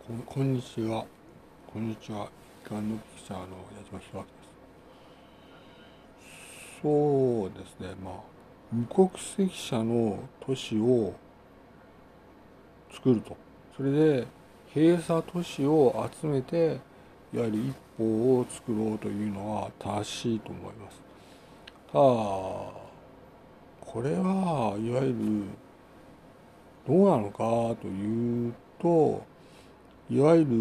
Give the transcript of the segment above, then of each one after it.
こんにちは。こんにちは。ガンのピクチャーの矢島弘明です。そうですね。無国籍者の都市を作ると。それで、閉鎖都市を集めて、いわゆる一方を作ろうというのは正しいと思います。ただ、これはいわゆるどうなのかというと、いわゆる、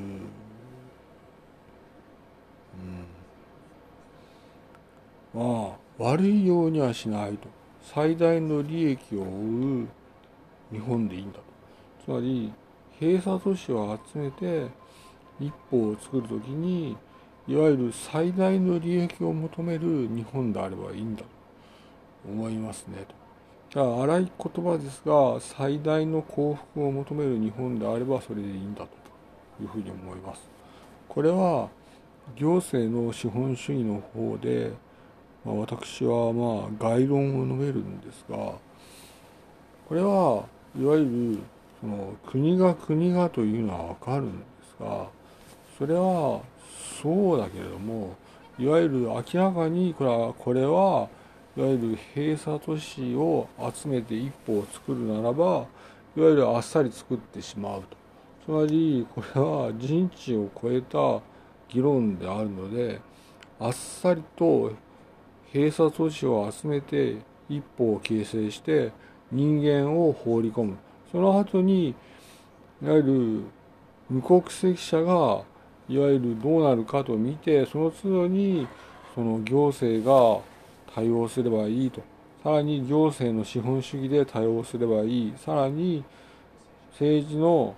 悪いようにはしないと。最大の利益を追う日本でいいんだと。つまり、閉鎖都市を集めて一歩を作るときに、いわゆる最大の利益を求める日本であればいいんだと思いますねと。じゃあ、荒い言葉ですが、最大の幸福を求める日本であればそれでいいんだというふうに思います。これは、行政の資本主義の方で、私は概論を述べるんですが、これはいわゆるその国がというのはわかるんですが、それはそうだけれども、いわゆる明らかにこれはいわゆる閉鎖都市を集めて一歩を作るならば、いわゆるあっさり作ってしまうと。つまりこれは人知を超えた議論であるので、あっさりと閉鎖都市を集めて一歩を形成して人間を放り込む。その後にいわゆる無国籍者がいわゆるどうなるかと見て、その都度にその行政が対応すればいいと。さらに行政の資本主義で対応すればいい。さらに政治の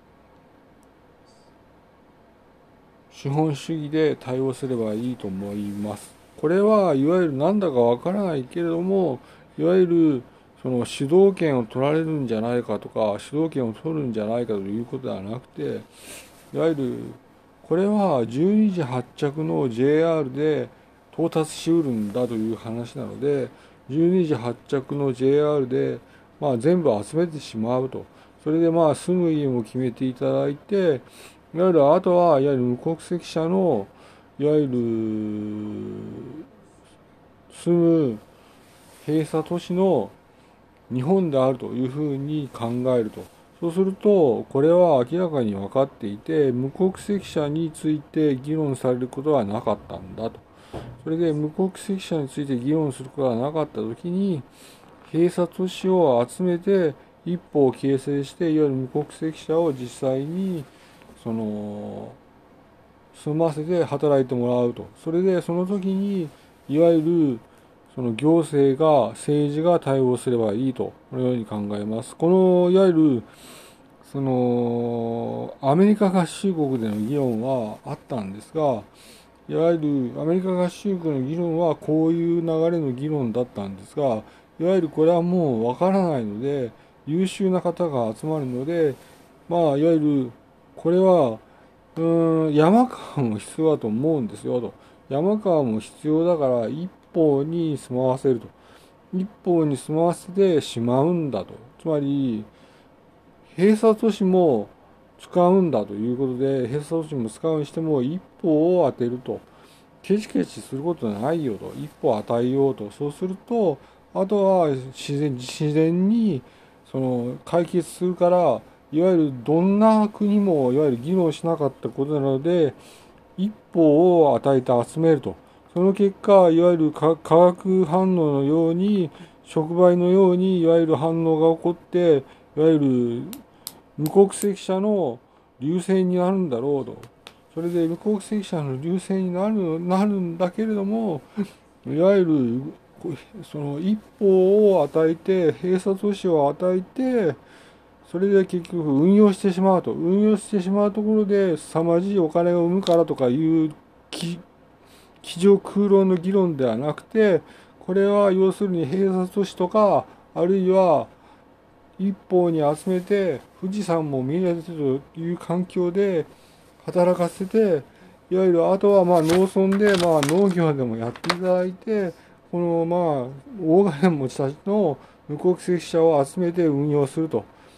資本主義で対応すればいいと思います。これはいわゆるなんだかわからないけれども、いわゆるその主導権を取られるんじゃないかとか、主導権を取るんじゃないかということではなくて、いわゆるこれは12時発着の JR で到達しうるんだという話なので、12時発着の JR で全部集めてしまうと。それで住む家も決めていただいて、いわゆるあとはいわゆる無国籍者のいわゆる住む閉鎖都市の日本であるというふうに考えると。そうすると、これは明らかに分かっていて、無国籍者について議論されることはなかったんだと。それで無国籍者について議論することがなかったときに、閉鎖都市を集めて一歩を形成して、いわゆる無国籍者を実際にその住ませて働いてもらうと。それでその時にいわゆるその行政が政治が対応すればいいと、このように考えます。このいわゆるそのアメリカ合衆国での議論はあったんですが、いわゆるアメリカ合衆国の議論はこういう流れの議論だったんですが、いわゆるこれはもうわからないので、優秀な方が集まるので、いわゆるこれは山川も必要だと思うんですよと。山川も必要だから一方に住まわせると。一方に住まわせてしまうんだと。つまり、閉鎖都市も使うんだということで、閉鎖都市も使うにしても一方を当てると。ケチケチすることないよと。一歩与えようと。そうすると、あとは自然にその解決するから、いわゆるどんな国もいわゆる議論しなかったことなので、一歩を与えて集めると。その結果、いわゆる化学反応のように、触媒のように、いわゆる反応が起こって、いわゆる無国籍者の流星になるんだろうと。それで無国籍者の流星になるんだけれども、いわゆるその一歩を与えて、閉鎖都市を与えて、それで結局運用してしまうと。運用してしまうところで凄まじいお金を生むからとかいう机上空論の議論ではなくて、これは要するに閉鎖都市とか、あるいは一方に集めて富士山も見れるという環境で働かせて、いわゆるあとは農村で農業でもやっていただいて、この大金持ちたちの無国籍者を集めて運用すると。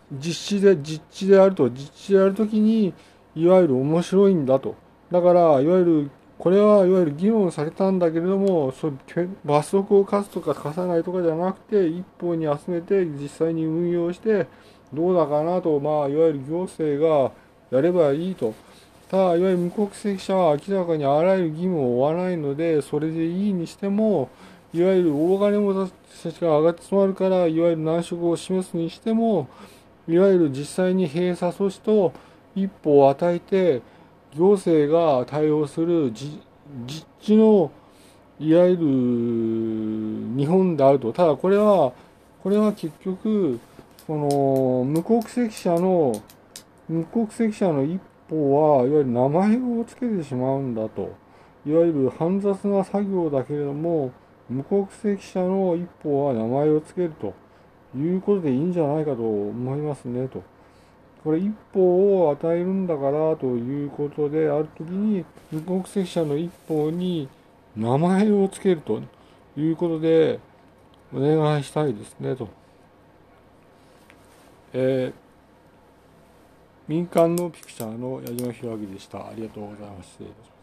実地であるときに、いわゆる面白いんだと。だから、これはいわゆる議論されたんだけれども、罰則を課すとか課さないとかじゃなくて、一方に集めて実際に運用して、どうだかなと、まあ、いわゆる行政がやればいいと。ただ、いわゆる無国籍者は明らかにあらゆる義務を負わないので、それでいいにしても、いわゆる大金持ちたちが上がってしまうから、いわゆる難色を示すにしても、いわゆる実際に閉鎖措置と一歩を与えて、行政が対応する実地の、いわゆる日本であると。ただこれは結局、無国籍者の一方は、いわゆる名前を付けてしまうんだと。いわゆる煩雑な作業だけれども、無国籍者の一方は名前を付けるということでいいんじゃないかと思いますねと。これ一方を与えるんだからということであるときに、無国籍者の一方に名前を付けるということでお願いしたいですねと。えー民間のピクチャーの矢島弘明でした。ありがとうございます。